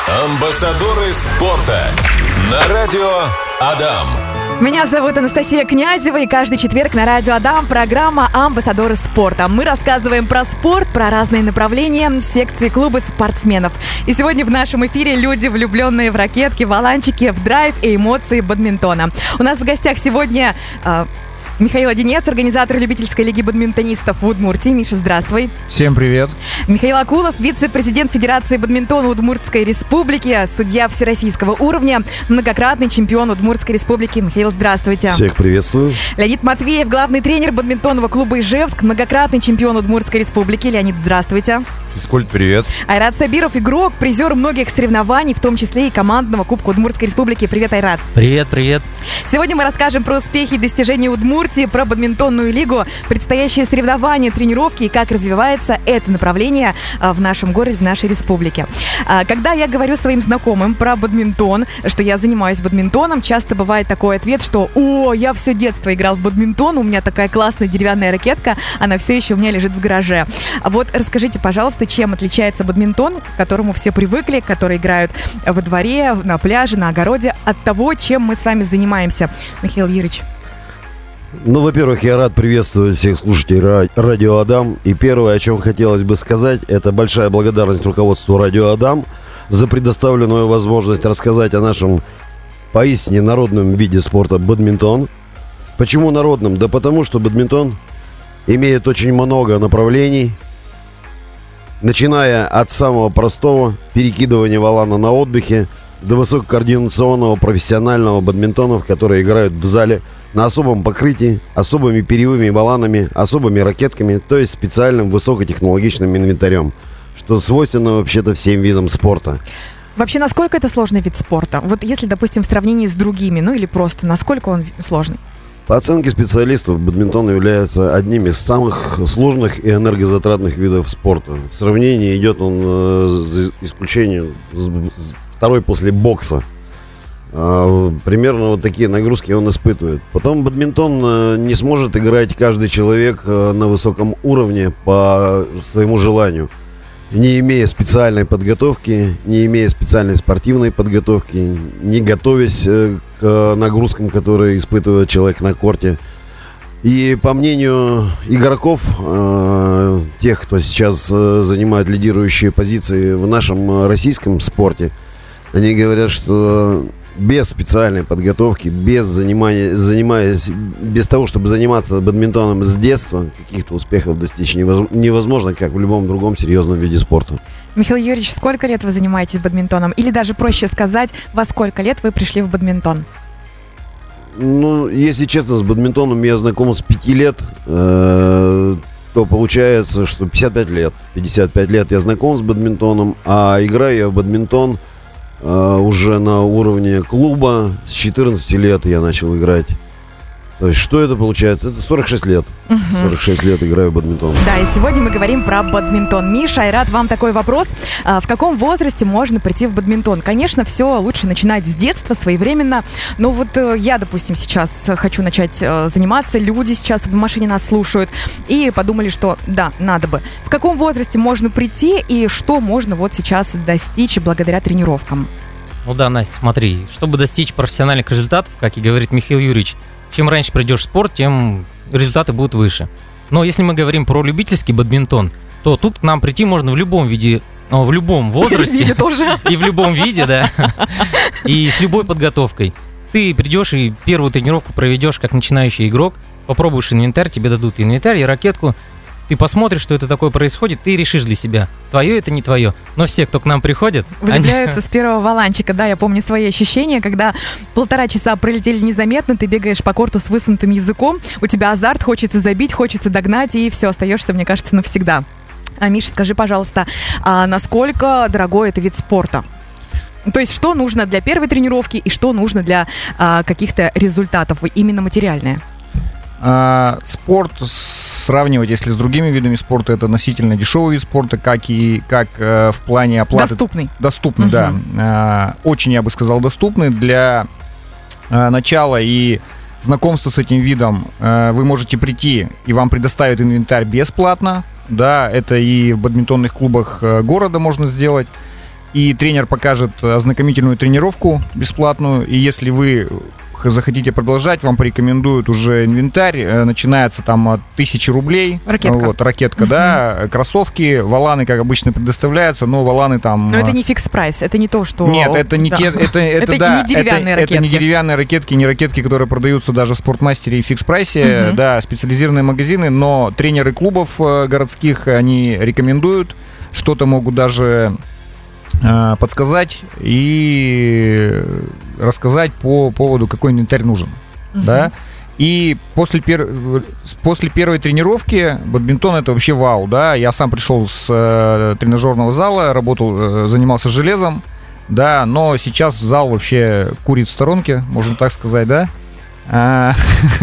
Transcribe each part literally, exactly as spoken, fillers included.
Амбассадоры спорта на радио Адам. Меня зовут Анастасия Князева, и каждый четверг на радио Адам программа «Амбассадоры спорта». Мы рассказываем про спорт, про разные направления, секции, клубы спортсменов. И сегодня в нашем эфире люди, влюбленные в ракетки, валанчики, в драйв и эмоции бадминтона. У нас в гостях сегодня э, Михаил Одинец, организатор любительской лиги бадминтонистов в Удмуртии. Миша, здравствуй. Всем привет. Михаил Акулов, вице-президент Федерации бадминтона Удмуртской республики, судья всероссийского уровня, многократный чемпион Удмуртской республики. Михаил, здравствуйте. Всех приветствую. Леонид Матвеев, главный тренер бадминтонного клуба Ижевск, многократный чемпион Удмуртской республики. Леонид, здравствуйте. Физкульт, привет. Айрат Сабиров, игрок, призер многих соревнований, в том числе и командного Кубка Удмуртской республики. Привет, Айрат. Привет, привет. Сегодня мы расскажем про успехи и достижения Удмуртии, про бадминтонную лигу, предстоящие соревнования, тренировки и как развивается это направление в нашем городе, в нашей республике. Когда я говорю своим знакомым про бадминтон, что я занимаюсь бадминтоном, часто бывает такой ответ, что «О, я все детство играл в бадминтон, у меня такая классная деревянная ракетка, она все еще у меня лежит в гараже». А вот расскажите, пожалуйста, чем отличается бадминтон, к которому все привыкли, которые играют во дворе, на пляже, на огороде, от того, чем мы с вами занимаемся. Михаил Юрьевич. Ну, во-первых, я рад приветствовать всех слушателей радио Адам. И первое, о чем хотелось бы сказать, это большая благодарность руководству радио Адам за предоставленную возможность рассказать о нашем поистине народном виде спорта бадминтон. Почему народным? Да потому, что бадминтон имеет очень много направлений, начиная от самого простого перекидывания валана на отдыхе до высококоординационного профессионального бадминтона, которые играют в зале на особом покрытии, особыми перьевыми валанами, особыми ракетками, то есть специальным высокотехнологичным инвентарем, что свойственно вообще-то всем видам спорта. Вообще, насколько это сложный вид спорта? Вот если, допустим, в сравнении с другими, ну или просто, насколько он сложный? По оценке специалистов, бадминтон является одним из самых сложных и энергозатратных видов спорта. В сравнении идет он, э, за исключением, второй после бокса. Э, примерно вот такие нагрузки он испытывает. Потом бадминтон э, не сможет играть каждый человек э, на высоком уровне по своему желанию. Не имея специальной подготовки, не имея специальной спортивной подготовки, не готовясь э, к нагрузкам, которые испытывает человек на корте. И по мнению игроков, э, тех, кто сейчас э, занимает лидирующие позиции в нашем российском спорте, они говорят, что без специальной подготовки, без занимания, занимаясь, без того, чтобы заниматься бадминтоном с детства, каких-то успехов достичь невозможно, как в любом другом серьезном виде спорта. Михаил Юрьевич, сколько лет вы занимаетесь бадминтоном? Или даже проще сказать, во сколько лет вы пришли в бадминтон? Ну, если честно, с бадминтоном я знаком с пяти лет, э, то получается, что пятьдесят пять лет. пятьдесят пять лет я знаком с бадминтоном, а играю я в бадминтон Uh, уже на уровне клуба. С четырнадцати лет я начал играть. То есть что это получается? Это сорок шесть лет. Угу. сорок шесть лет играю в бадминтон. Да, и сегодня мы говорим про бадминтон. Миша, Айрат, вам такой вопрос. А, в каком возрасте можно прийти в бадминтон? Конечно, все лучше начинать с детства, своевременно. Но вот э, я, допустим, сейчас хочу начать э, заниматься. Люди сейчас в машине нас слушают. И подумали, что да, надо бы. В каком возрасте можно прийти и что можно вот сейчас достичь благодаря тренировкам? Ну да, Настя, смотри. Чтобы достичь профессиональных результатов, как и говорит Михаил Юрьевич, чем раньше придешь в спорт, тем результаты будут выше. Но если мы говорим про любительский бадминтон, то тут к нам прийти можно в любом виде, в любом возрасте. Виде тоже. И в любом виде, да. И с любой подготовкой. Ты придешь и первую тренировку проведешь как начинающий игрок, попробуешь инвентарь, тебе дадут инвентарь и ракетку. Ты посмотришь, что это такое происходит, ты решишь для себя, твое это не твое. Но все, кто к нам приходит... Влюбляются они... с первого валанчика, да, я помню свои ощущения, когда полтора часа пролетели незаметно, ты бегаешь по корту с высунутым языком, у тебя азарт, хочется забить, хочется догнать, и все, остаешься, мне кажется, навсегда. А, Миша, скажи, пожалуйста, а насколько дорогой это вид спорта? То есть что нужно для первой тренировки и что нужно для а, каких-то результатов, именно материальное? А, спорт сравнивать, если с другими видами спорта, это относительно дешевый вид спорта, как и как э, в плане оплаты. Доступный. Доступный, угу. да. А, очень, я бы сказал, доступный. Для а, начала и знакомства с этим видом а, вы можете прийти, и вам предоставят инвентарь бесплатно. Да, это и в бадминтонных клубах города можно сделать. и тренер покажет ознакомительную тренировку бесплатную, и если вы захотите продолжать, вам порекомендуют уже инвентарь, начинается там от тысячи рублей. Ракетка. Вот, ракетка, uh-huh. да, кроссовки, валаны, как обычно, предоставляются, но валаны там... Но это не фикс-прайс, это не то, что... Нет, это не да. те... Это, это, это да, не деревянные это, ракетки. Это не деревянные ракетки, не ракетки, которые продаются даже в спортмастере и фикс-прайсе, uh-huh. да, специализированные магазины, но тренеры клубов городских, они рекомендуют, что-то могут даже... подсказать и рассказать по поводу, какой инвентарь нужен. Uh-huh. Да? И после, пер... после первой тренировки бадминтон — это вообще вау. Да? Я сам пришел с э, тренажерного зала, работал, э, занимался железом, да, но сейчас зал вообще курит в сторонке, можно так сказать, да? А,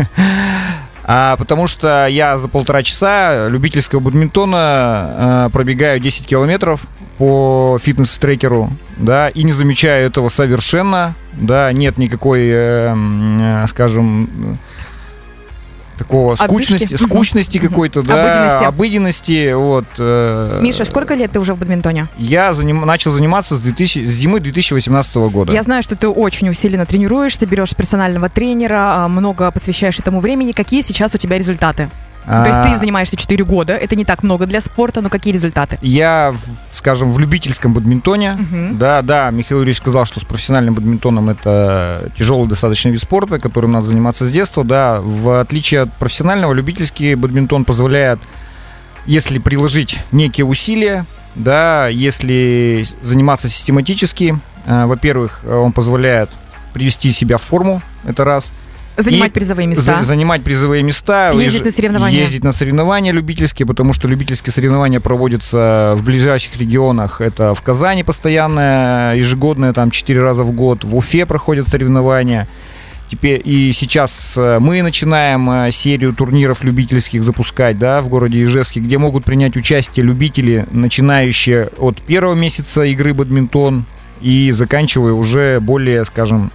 а, потому что я за полтора часа любительского бадминтона а, пробегаю десять километров по фитнес-трекеру, да, и не замечаю этого совершенно, да, нет никакой, э, э, скажем, такого скучности, скучности угу. какой-то, да, обыденности. обыденности, вот. Э, Миша, сколько лет ты уже в бадминтоне? Я заним, начал заниматься с, две тысячи, с зимы две тысячи восемнадцатого года. Я знаю, что ты очень усиленно тренируешься, берешь персонального тренера, много посвящаешь этому времени. Какие сейчас у тебя результаты? А... То есть ты занимаешься четыре года, это не так много для спорта, но какие результаты? Я, скажем, в любительском бадминтоне, uh-huh. да, да, Михаил Юрьевич сказал, что с профессиональным бадминтоном это тяжелый достаточно вид спорта, которым надо заниматься с детства, да, в отличие от профессионального, любительский бадминтон позволяет, если приложить некие усилия, да, если заниматься систематически, э, во-первых, он позволяет привести себя в форму, это раз. Занимать и призовые места. За, занимать призовые места. Ездить на соревнования. Ездить на соревнования любительские, потому что любительские соревнования проводятся в ближайших регионах. Это в Казани постоянное, ежегодное, там, четыре раза в год. В Уфе проходят соревнования. Теперь и сейчас мы начинаем серию турниров любительских запускать, да, в городе Ижевске, где могут принять участие любители, начинающие от первого месяца игры бадминтон и заканчивая уже более, скажем,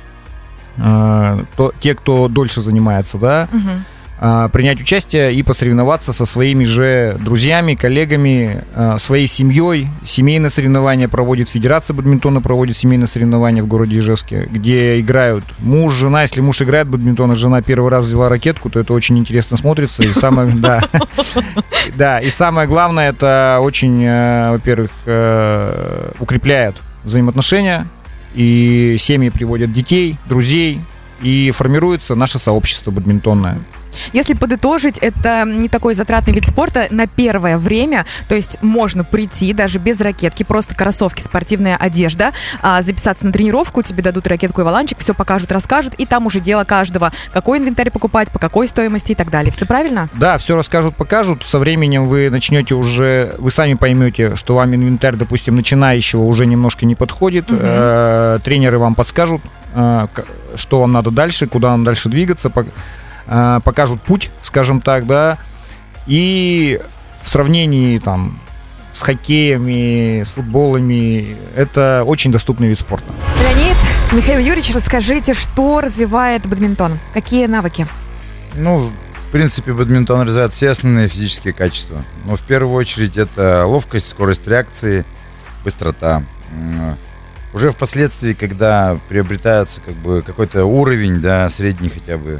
то, те, кто дольше занимается, да, uh-huh. принять участие и посоревноваться со своими же друзьями, коллегами, своей семьей. Семейные соревнования проводит Федерация бадминтона, проводит семейные соревнования в городе Ижевске, где играют муж, жена. Если муж играет в бадминтон, а жена первый раз взяла ракетку, то это очень интересно смотрится. И самое, да, да, и самое главное, это очень, во-первых, укрепляет взаимоотношения. И семьи приводят детей, друзей, и формируется наше сообщество бадминтонное. Если подытожить, это не такой затратный вид спорта на первое время, то есть можно прийти даже без ракетки, просто кроссовки, спортивная одежда, записаться на тренировку, тебе дадут ракетку и воланчик, все покажут, расскажут, и там уже дело каждого, какой инвентарь покупать, по какой стоимости и так далее. Все правильно? Да, все расскажут, покажут. Со временем вы начнете уже, вы сами поймете, что вам инвентарь, допустим, начинающего уже немножко не подходит. Угу. Э, тренеры вам подскажут, э, что вам надо дальше, куда вам дальше двигаться, покажут путь, скажем так, да, и в сравнении там с хоккеями, с футболами, это очень доступный вид спорта. Леонид, Михаил Юрьевич, расскажите, что развивает бадминтон? Какие навыки? Ну, в принципе, бадминтон развивает все основные физические качества. Но в первую очередь это ловкость, скорость реакции, быстрота. Уже впоследствии, когда приобретается как бы какой-то уровень, да, средний хотя бы,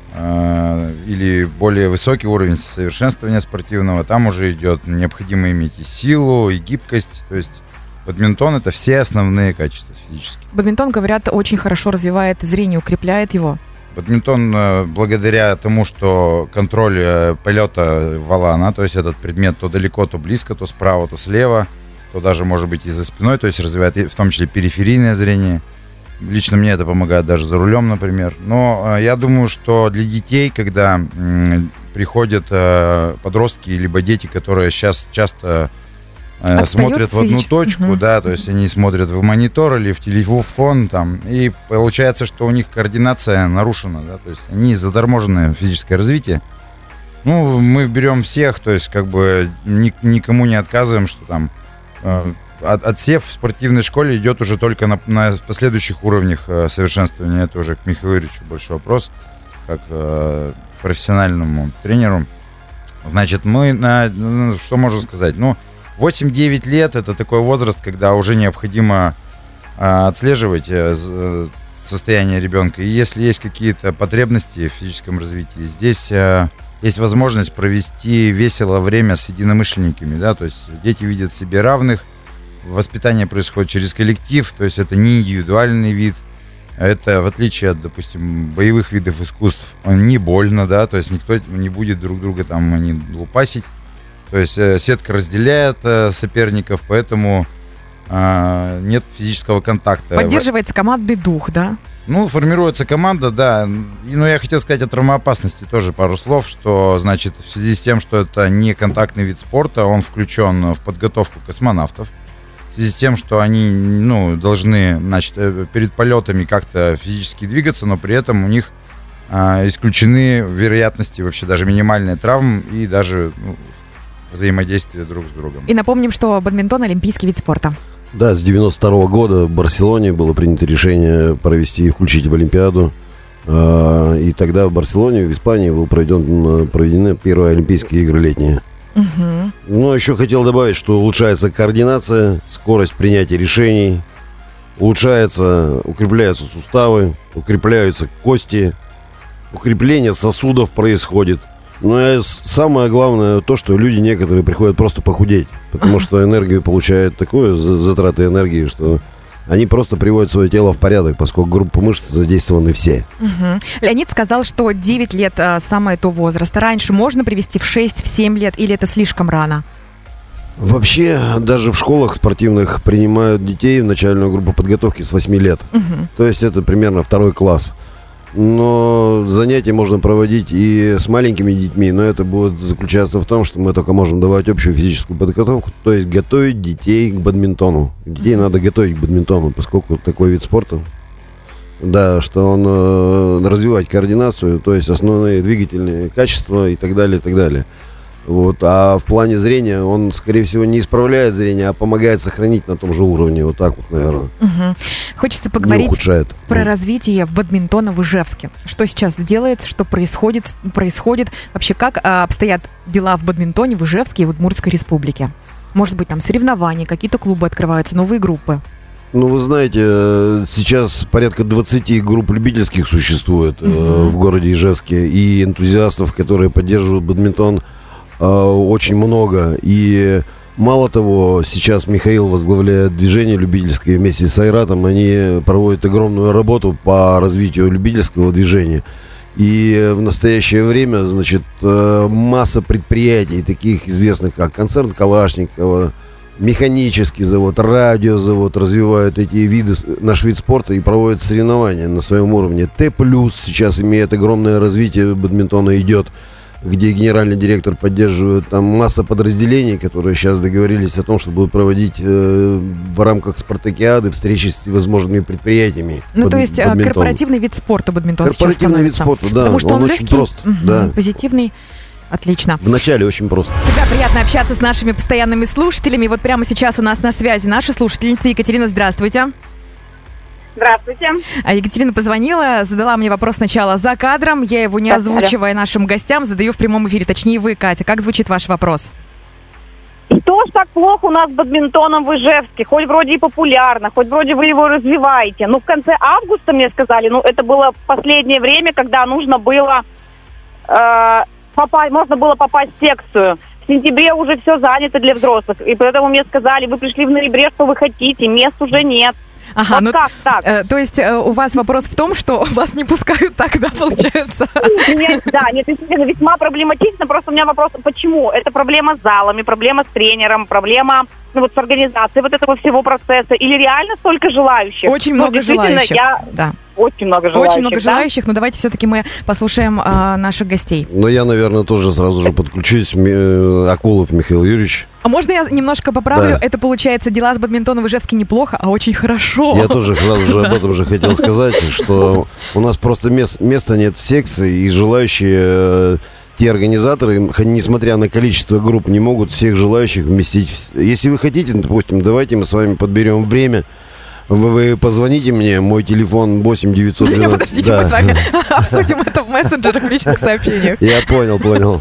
или более высокий уровень совершенствования спортивного, там уже идет необходимо иметь и силу, и гибкость. То есть бадминтон — это все основные качества физические. Бадминтон, говорят, очень хорошо развивает зрение, укрепляет его. Бадминтон, благодаря тому, что контроль полета валана, то есть этот предмет то далеко, то близко, то справа, то слева, то даже может быть и за спиной, то есть развивает в том числе периферийное зрение. Лично мне это помогает даже за рулем, например. Но э, я думаю, что для детей, когда э, приходят э, подростки либо дети, которые сейчас часто э, смотрят в одну точку, угу. да, то есть они смотрят в монитор или в телефон, там, и получается, что у них координация нарушена, да, то есть они заторможенное физическое развитие. Ну, мы берем всех, то есть как бы ни, никому не отказываем, что там... Э, От, отсев в спортивной школе идет уже только на, на последующих уровнях э, совершенствования. Это уже к Михаилу Юрьевичу больше вопрос, как э, профессиональному тренеру. Значит, мы, на, ну, что можно сказать? Ну, восемь-девять лет – это такой возраст, когда уже необходимо а, отслеживать а, состояние ребенка. И если есть какие-то потребности в физическом развитии, здесь а, есть возможность провести весело время с единомышленниками. Да? То есть дети видят в себе равных, воспитание происходит через коллектив, то есть это не индивидуальный вид. Это, в отличие от, допустим, боевых видов искусств, не больно, да, то есть никто не будет друг друга там не лупасить. То есть э, сетка разделяет э, соперников, поэтому э, нет физического контакта. Поддерживается командный дух, да? Ну, формируется команда, да. И, ну, я хотел сказать о травмоопасности тоже пару слов, что, значит, в связи с тем, что это не контактный вид спорта, он включен в подготовку космонавтов. В связи с тем, что они, ну, должны, значит, перед полетами как-то физически двигаться, но при этом у них а, исключены вероятности вообще даже минимальной травм и даже ну, взаимодействия друг с другом. И напомним, что бадминтон – олимпийский вид спорта. Да, с девяносто второго года в Барселоне было принято решение провести и включить в Олимпиаду. И тогда в Барселоне, в Испании, был проведен, проведены первые Олимпийские игры летние. Угу. Но еще хотел добавить, что улучшается координация, скорость принятия решений, улучшается, укрепляются суставы, укрепляются кости, укрепление сосудов происходит. Но и самое главное то, что люди некоторые приходят просто похудеть, потому что энергию получают такую, затраты энергии, что они просто приводят свое тело в порядок, поскольку группа мышц задействованы все. Угу. Леонид сказал, что девять лет а, самое то возраст. Раньше можно привести в шесть-семь лет или это слишком рано? Вообще, даже в школах спортивных принимают детей в начальную группу подготовки с восьми лет. Угу. То есть это примерно второй класс. Но занятия можно проводить и с маленькими детьми, но это будет заключаться в том, что мы только можем давать общую физическую подготовку, то есть готовить детей к бадминтону. Детей mm-hmm. надо готовить к бадминтону, поскольку такой вид спорта, да, что он э, развивать координацию, то есть основные двигательные качества и так далее, и так далее. Вот. А в плане зрения он, скорее всего, не исправляет зрение, а помогает сохранить на том же уровне. Вот так вот, наверное. Угу. Хочется поговорить про ну. развитие бадминтона в Ижевске. Что сейчас делается, что происходит, происходит? Вообще, как а, обстоят дела в бадминтоне в Ижевске и в Удмуртской республике? Может быть, там соревнования, какие-то клубы открываются, новые группы? Ну, вы знаете, сейчас порядка двадцати групп любительских существует угу. э, в городе Ижевске. И энтузиастов, которые поддерживают бадминтон, очень много. И мало того, сейчас Михаил возглавляет движение любительское вместе с Айратом. Они проводят огромную работу по развитию любительского движения. И в настоящее время, значит, масса предприятий, таких известных, как концерн Калашникова, механический завод, радиозавод, развивают эти виды, наш вид спорта и проводят соревнования на своем уровне. Т плюс сейчас имеет огромное развитие, бадминтона идет, где генеральный директор поддерживает, там масса подразделений, которые сейчас договорились о том, что будут проводить э, в рамках спартакиады встречи с возможными предприятиями. Ну, бад, то есть бадминтон. Корпоративный вид спорта бадминтон сейчас Корпоративный вид спорта, да. Потому что он, он легкий, очень прост, угу, да. позитивный. Отлично. Вначале очень просто. Всегда приятно общаться с нашими постоянными слушателями. И вот прямо сейчас у нас на связи наша слушательница Екатерина. Здравствуйте. Здравствуйте. А Екатерина позвонила, задала мне вопрос сначала за кадром. Я его не озвучивая нашим гостям, задаю в прямом эфире. Точнее, вы, Катя. Как звучит ваш вопрос? Что ж так плохо у нас с бадминтоном в Ижевске? Хоть вроде и популярно, хоть вроде вы его развиваете. Ну, в конце августа мне сказали, ну, это было последнее время, когда нужно было, э, попасть, можно было попасть в секцию. В сентябре уже все занято для взрослых. И поэтому мне сказали, вы пришли в ноябре, что вы хотите, мест уже нет. Ага, вот ну, как так? Э, то есть э, у вас вопрос в том, что вас не пускают тогда, получается? Нет, да, нет, действительно, весьма проблематично. Просто у меня вопрос, почему? Это проблема с залами, проблема с тренером, проблема ну, вот, с организацией вот этого всего процесса. Или реально столько желающих? Очень ну, много желающих, я... да. Очень много желающих, Очень много да? желающих, но давайте все-таки мы послушаем а, наших гостей. Но я, наверное, тоже сразу же подключусь. Акулов Михаил Юрьевич. А можно я немножко поправлю? Да. Это, получается, дела с бадминтоном в Ижевске неплохо, а очень хорошо. Я тоже сразу же об этом же хотел сказать, что у нас просто мест, места нет в секции, и желающие... Те организаторы, несмотря на количество групп, не могут всех желающих вместить. Если вы хотите, допустим, давайте мы с вами подберем время, Вы, вы позвоните мне, мой телефон восемь девятьсот Не, двенадцать. подождите, Да. мы с вами обсудим это в мессенджерах, в личных сообщениях. Я понял, понял.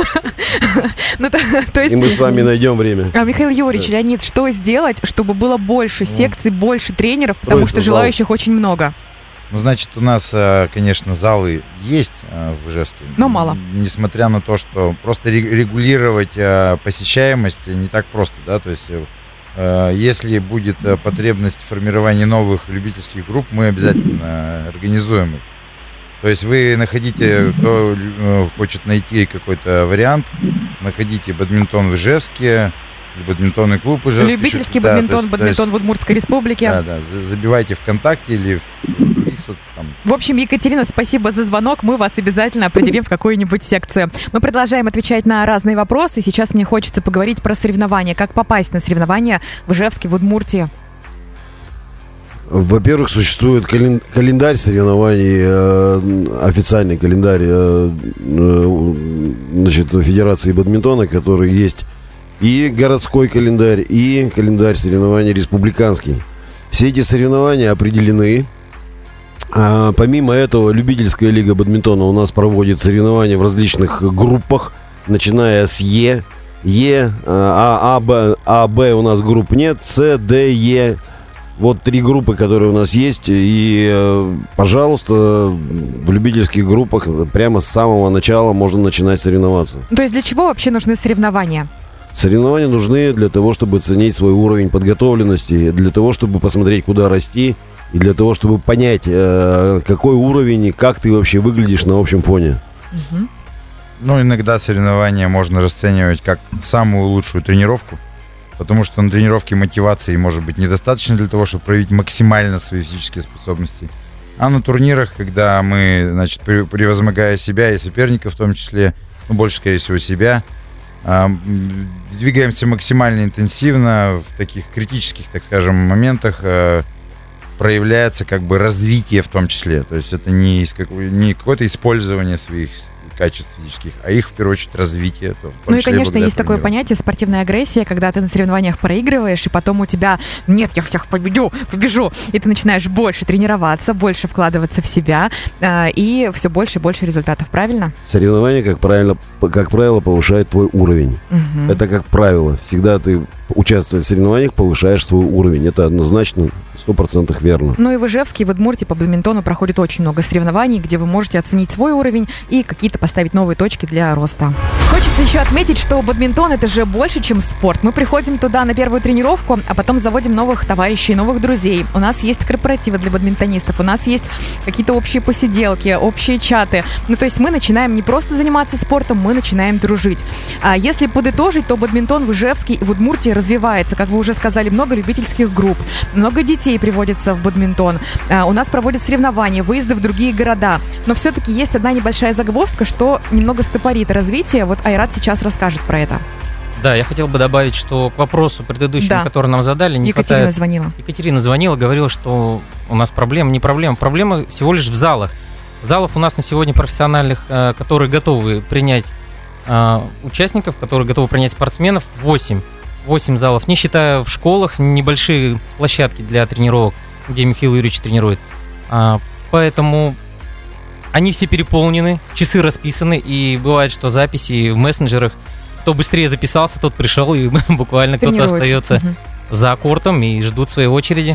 Ну, то, то есть... И мы с вами найдем время. А, Михаил Юрьевич, Леонид, что сделать, чтобы было больше секций, больше тренеров, потому Строится что зал. желающих очень много? Ну, значит, у нас, э, конечно, залы есть э, в Ижевске. Но мало. Н- Несмотря на то, что просто ре- регулировать э, посещаемость не так просто, да, то есть э, если будет э, потребность в формировании новых любительских групп, мы обязательно э, организуем их. То есть вы находите, кто э, хочет найти какой-то вариант, находите бадминтон в Ижевске, или бадминтонный клуб Ижевский. Любительский Да, то бадминтон, есть- то бадминтон есть- в Удмуртской республике. Да, да, за- забивайте ВКонтакте или в других соц- там. В общем, Екатерина, спасибо за звонок. Мы вас обязательно определим в какую-нибудь секцию. Мы продолжаем отвечать на разные вопросы. Сейчас мне хочется поговорить про соревнования. Как попасть на соревнования в Ижевске, в Удмуртии? Во-первых, существует кален- календарь соревнований, э, официальный календарь э, э, значит, Федерации бадминтона, который есть и городской календарь, и календарь соревнований республиканский. Все эти соревнования определены. А, помимо этого, любительская лига бадминтона у нас проводит соревнования в различных группах, начиная с Е, Е, А, А, Б, А, Б у нас групп нет, С, Д, Е. Вот три группы, которые у нас есть, и, э, пожалуйста, в любительских группах прямо с самого начала можно начинать соревноваться. То есть для чего вообще нужны соревнования? Соревнования нужны для того, чтобы оценить свой уровень подготовленности, для того, чтобы посмотреть, куда расти, и для того, чтобы понять, э, какой уровень и как ты вообще выглядишь на общем фоне. Мгм. Ну, иногда соревнования можно расценивать как самую лучшую тренировку, потому что на тренировке мотивации может быть недостаточно для того, чтобы проявить максимально свои физические способности. А на турнирах, когда мы, значит, пре- превозмогая себя и соперников в том числе, ну, больше, скорее всего, себя, а, м, двигаемся максимально интенсивно в таких критических, так скажем, моментах, а, проявляется как бы развитие в том числе. То есть это не, из какой- не какое-то использование своих качеств физических, а их в первую очередь развитие. То, в том Ну и, числе конечно, благодаря есть такое тренировкам. понятие спортивная агрессия, когда ты на соревнованиях проигрываешь, и потом у тебя «нет, я всех победю, побежу», и ты начинаешь больше тренироваться, больше вкладываться в себя, э, и все больше и больше результатов, правильно? Соревнования, как правило, как правило, повышают твой уровень. Мгм. Это как правило. Всегда ты, участвуя в соревнованиях, повышаешь свой уровень. Это однозначно сто процентов верно. Ну и в Ижевске, и в Удмуртии по бадминтону проходит очень много соревнований, где вы можете оценить свой уровень и какие-то поставить новые точки для роста. Хочется еще отметить, что бадминтон — это же больше, чем спорт. Мы приходим туда на первую тренировку, а потом заводим новых товарищей, новых друзей. У нас есть корпоративы для бадминтонистов, у нас есть какие-то общие посиделки, общие чаты. Ну то есть мы начинаем не просто заниматься спортом, мы начинаем дружить. А если подытожить, то бадминтон в Ижевске и в Удмуртии развивается. Как вы уже сказали, много любительских групп, много детей приводится в бадминтон. А, у нас проводят соревнования, выезды в другие города. Но все-таки есть одна небольшая загвоздка, что немного стопорит развитие. Вот Айрат сейчас расскажет про это. Да, я хотел бы добавить, что к вопросу предыдущему, Да. который нам задали, не Екатерина хватает... звонила. Екатерина звонила, говорила, что у нас проблема, не проблема, проблема всего лишь в залах. Залов у нас на сегодня профессиональных, э, которые готовы принять э, участников, которые готовы принять спортсменов, восемь. восемь залов, не считая в школах небольшие площадки для тренировок, где Михаил Юрьевич тренирует. А, поэтому они все переполнены, часы расписаны, и бывает, что записи в мессенджерах, кто быстрее записался, тот пришел, и буквально кто-то Тренируется. остается Мгм. за кортом и ждут своей очереди.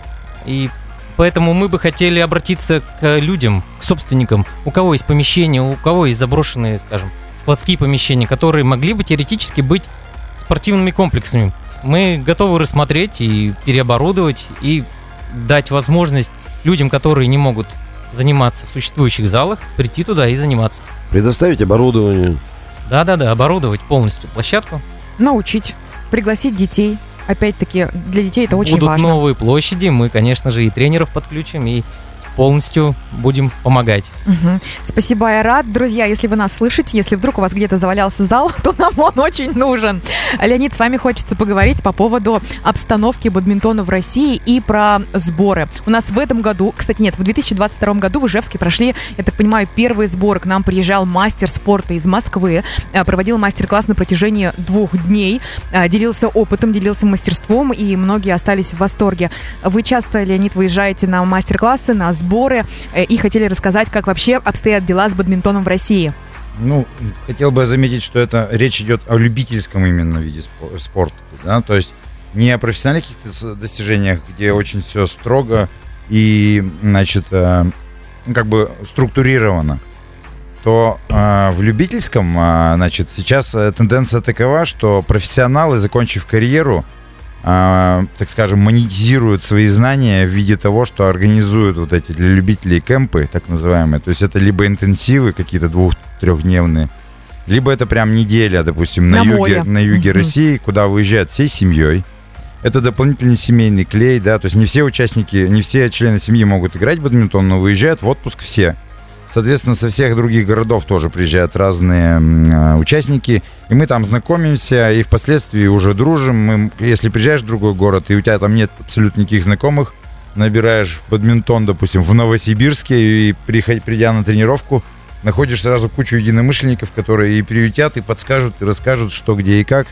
И поэтому мы бы хотели обратиться к людям, к собственникам, у кого есть помещения, у кого есть заброшенные, скажем, складские помещения, которые могли бы теоретически быть спортивными комплексами. Мы готовы рассмотреть и переоборудовать, и дать возможность людям, которые не могут заниматься в существующих залах, прийти туда и заниматься. Предоставить оборудование. Да-да-да, оборудовать полностью площадку. Научить, пригласить детей. Опять-таки, для детей это очень Будут важно. новые площади, мы, конечно же, и тренеров подключим, и полностью будем помогать. Мгм. Спасибо, Айрат. Друзья, если вы нас слышите, если вдруг у вас где-то завалялся зал, то нам он очень нужен. Леонид, с вами хочется поговорить по поводу обстановки бадминтона в России и про сборы. У нас в этом году, кстати, нет, в две тысячи двадцать втором году в Ижевске прошли, я так понимаю, первые сборы. К нам приезжал мастер спорта из Москвы, э, проводил мастер-класс на протяжении двух дней, э, делился опытом, делился мастерством, и многие остались в восторге. Вы часто, Леонид, выезжаете на мастер-классы, на сборы, э, и хотели рассказать, как вообще обстоят дела с бадминтоном в России. Ну, хотел бы заметить, что это речь идет о любительском именно виде спо- спорта, да, то есть не о профессиональных каких-то с- достижениях, где очень все строго и, значит, э, ну, как бы структурировано, то э, в любительском, э, значит, сейчас э, тенденция такова, что профессионалы, закончив карьеру, э, так скажем, монетизируют свои знания в виде того, что организуют вот эти для любителей кемпы, так называемые. То есть это либо интенсивы какие-то двух-трехдневные, либо это прям неделя, допустим, на, На юге, море. на юге Мгм. России, куда выезжают всей семьей. Это дополнительный семейный клей, да, то есть не все участники, не все члены семьи могут играть в бадминтон, но выезжают в отпуск все. Соответственно, со всех других городов тоже приезжают разные м, участники, и мы там знакомимся, и впоследствии уже дружим. Мы, если приезжаешь в другой город, и у тебя там нет абсолютно никаких знакомых, набираешь бадминтон, допустим, в Новосибирске, и приход- придя на тренировку, находишь сразу кучу единомышленников, которые и приютят, и подскажут, и расскажут, что, где и как.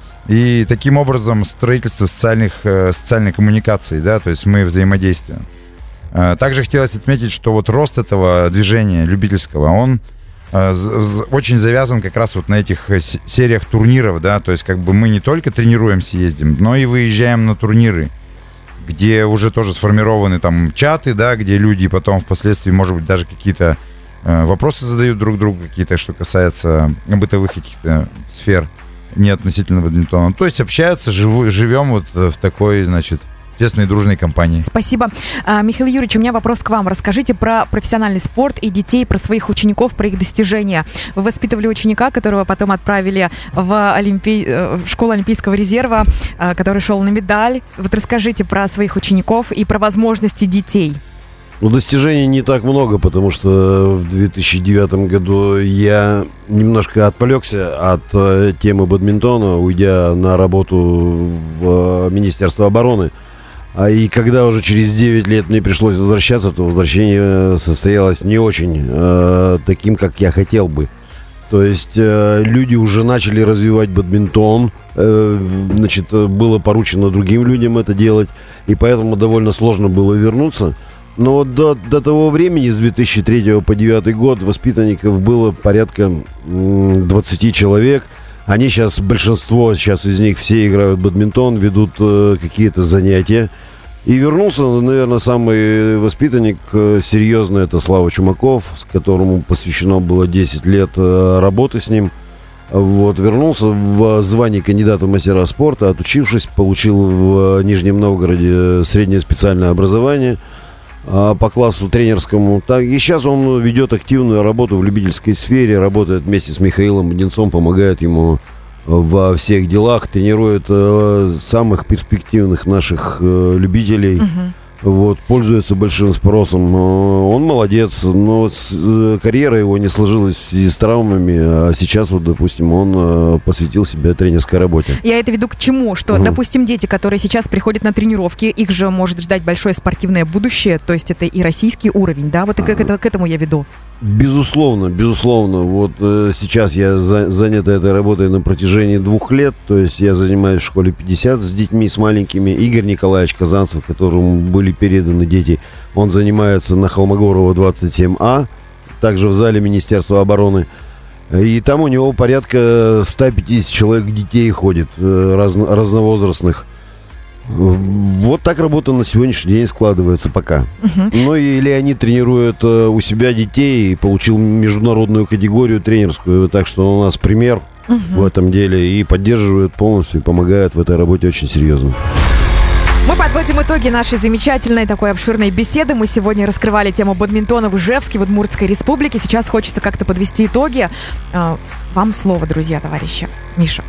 И таким образом строительство социальных, э, социальной коммуникации, да, то есть мы взаимодействуем. Э, Также хотелось отметить, что вот рост этого движения любительского, он э, з- з- очень завязан как раз вот на этих э, с- сериях турниров, да, то есть как бы мы не только тренируемся, ездим, но и выезжаем на турниры, где уже тоже сформированы там чаты, да, где люди потом впоследствии, может быть, даже какие-то э, вопросы задают друг другу, какие-то, что касается бытовых каких-то сфер, не относительно бадминтона. То есть общаются, живу, живем вот в такой, значит, тесной дружной компании. Спасибо. А, Михаил Юрьевич, у меня вопрос к вам. Расскажите про профессиональный спорт и детей, про своих учеников, про их достижения. Вы воспитывали ученика, которого потом отправили в, Олимпи... э, в школу Олимпийского резерва, э, который шел на медаль. Вот расскажите про своих учеников и про возможности детей. Ну, достижений не так много, потому что в две тысячи девятом году я немножко отвлекся от э, темы бадминтона, уйдя на работу в э, Министерство обороны. А и когда уже через девять лет мне пришлось возвращаться, то возвращение состоялось не очень э, таким, как я хотел бы. То есть э, люди уже начали развивать бадминтон, э, значит, было поручено другим людям это делать, и поэтому довольно сложно было вернуться. Но вот до, до того времени, с две тысячи третьего по две тысячи девятый год, воспитанников было порядка м, двадцать человек. Они сейчас, большинство сейчас из них все играют в бадминтон, ведут э, какие-то занятия. И вернулся, наверное, самый воспитанник э, серьезный, это Слава Чумаков, с которому посвящено было десять лет э, работы с ним. Вот, вернулся в звание кандидата в мастера спорта, отучившись, получил в Нижнем Новгороде среднее специальное образование по классу тренерскому. Так, и сейчас он ведет активную работу в любительской сфере, работает вместе с Михаилом Боденцом, помогает ему во всех делах, тренирует э, самых перспективных наших э, любителей. Мгм. Вот, пользуется большим спросом. Э, Он молодец, но с- э, карьера его не сложилась в связи с травмами, а сейчас вот, допустим, он э, посвятил себя тренерской работе. Я это веду к чему? Что, Мгм. допустим, дети, которые сейчас приходят на тренировки, их же может ждать большое спортивное будущее, то есть это и российский уровень, да? Вот и к, это- к этому я веду. Безусловно, безусловно. Вот э, сейчас я за- занят этой работой на протяжении двух лет. То есть я занимаюсь в школе пятьдесят с детьми, с маленькими. Игорь Николаевич Казанцев, которому были переданы дети, он занимается на Холмогорова двадцать семь А, также в зале Министерства обороны. И там у него порядка ста пятидесяти человек детей ходит, э, разно- разновозрастных. Вот так работа на сегодняшний день складывается пока. Мгм. Ну и Леонид тренирует э, у себя детей и получил международную категорию тренерскую, так что он у нас пример Мгм. в этом деле и поддерживает полностью, и помогает в этой работе очень серьезно. Мы подводим итоги нашей замечательной такой обширной беседы. Мы сегодня раскрывали тему бадминтона в Ижевске, в Удмуртской республике. Сейчас хочется как-то подвести итоги. А, Вам слово, друзья, товарищи. Миша.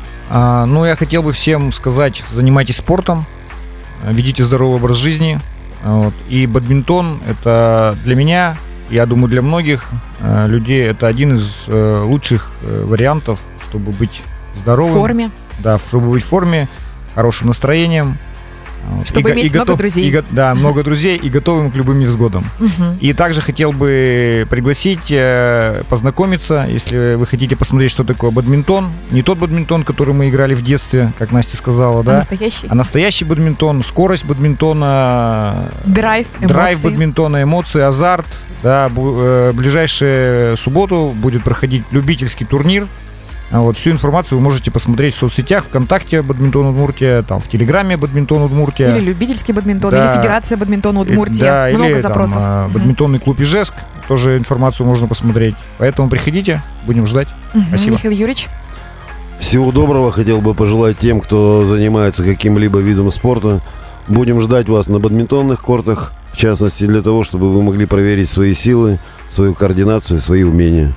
А, ну, я хотел бы всем сказать, занимайтесь спортом, ведите здоровый образ жизни, Вот. И бадминтон — это для меня, я думаю, для многих э, людей, это один из э, лучших э, вариантов, чтобы быть здоровым. В форме. Да, чтобы быть в форме, хорошим настроением. Вот. Чтобы И, иметь и много готов, друзей. И, го- да, много друзей и готовым к любым невзгодам. Мгм. И также хотел бы пригласить, э, познакомиться, если вы хотите посмотреть, что такое бадминтон. Не тот бадминтон, который мы играли в детстве, как Настя сказала, А да, настоящий? а настоящий бадминтон, скорость бадминтона, Драйв, эмоции. драйв бадминтона, эмоции, азарт. Да, бу- э, ближайшую субботу будет проходить любительский турнир. А Вот, всю информацию вы можете посмотреть в соцсетях, ВКонтакте «Бадминтон Удмуртия», там, в Телеграме «Бадминтон Удмуртия». Или любительский бадминтон, Да. или Федерация бадминтона Удмуртии. Да, Много или запросов. там, а, Мгм. бадминтонный клуб Ижевск, тоже информацию можно посмотреть. Поэтому приходите, будем ждать. Мгм. Спасибо. Михаил Юрьевич. Всего доброго хотел бы пожелать тем, кто занимается каким-либо видом спорта. Будем ждать вас на бадминтонных кортах, в частности, для того, чтобы вы могли проверить свои силы, свою координацию, свои умения.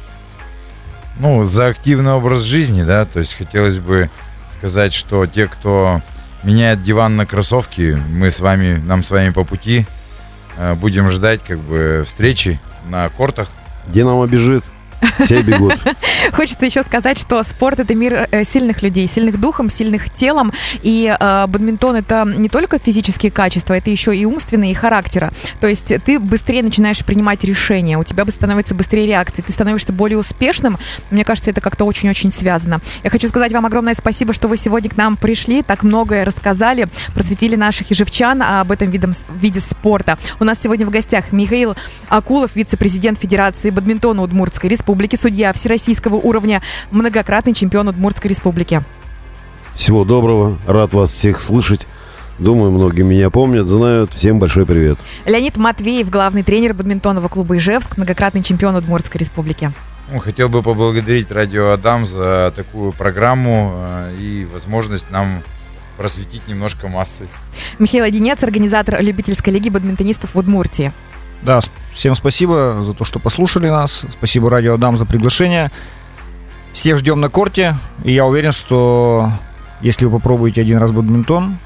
Ну, за активный образ жизни, да, то есть хотелось бы сказать, что те, кто меняет диван на кроссовки, мы с вами, нам с вами по пути, Э, будем ждать, как бы, встречи на кортах. Динамо бежит, все бегут. Хочется еще сказать, что спорт — это мир э, сильных людей, сильных духом, сильных телом. И э, бадминтон — это не только физические качества, это еще и умственные, и характера. То есть ты быстрее начинаешь принимать решения, у тебя становится быстрее реакции, ты становишься более успешным. Мне кажется, это как-то очень-очень связано. Я хочу сказать вам огромное спасибо, что вы сегодня к нам пришли, так многое рассказали, просветили наших ежевчан об этом видом, виде спорта. У нас сегодня в гостях Михаил Акулов, вице-президент Федерации бадминтона Удмуртской Республики, судья всероссийского уровня, многократный чемпион Удмуртской Республики. Всего доброго, рад вас всех слышать. Думаю, многие меня помнят, знают. Всем большой привет. Леонид Матвеев, главный тренер бадминтонного клуба Ижевск, многократный чемпион Удмуртской Республики. Ну, хотел бы поблагодарить Радио Адам за такую программу э, и возможность нам просветить немножко массы. Михаил Одинец, организатор любительской лиги бадминтонистов в Удмуртии. Да, с- всем спасибо за то, что послушали нас. Спасибо Радио Адам за приглашение. Всех ждем на корте. И я уверен, что если вы попробуете один раз бадминтон,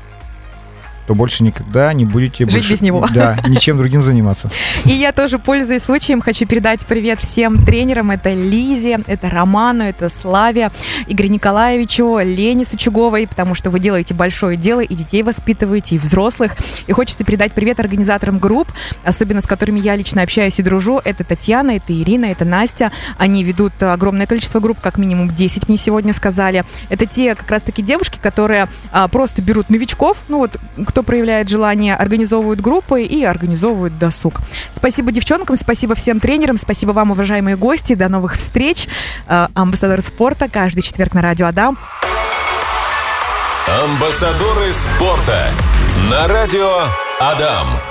то больше никогда не будете Жить больше- без него. Да, ничем другим заниматься. И я тоже, пользуясь случаем, хочу передать привет всем тренерам. Это Лизе, это Роману, это Славе, Игорю Николаевичу, Лене Сычуговой, потому что вы делаете большое дело, и детей воспитываете, и взрослых. И хочется передать привет организаторам групп, особенно с которыми я лично общаюсь и дружу. Это Татьяна, это Ирина, это Настя. Они ведут огромное количество групп, как минимум десять мне сегодня сказали. Это те как раз-таки девушки, которые а, просто берут новичков, ну вот кто проявляет желание, организовывают группы и организовывают досуг. Спасибо девчонкам, спасибо всем тренерам, спасибо вам, уважаемые гости. До новых встреч. Э, Амбассадор спорта каждый четверг на Радио Адам. Амбассадоры спорта на радио Адам.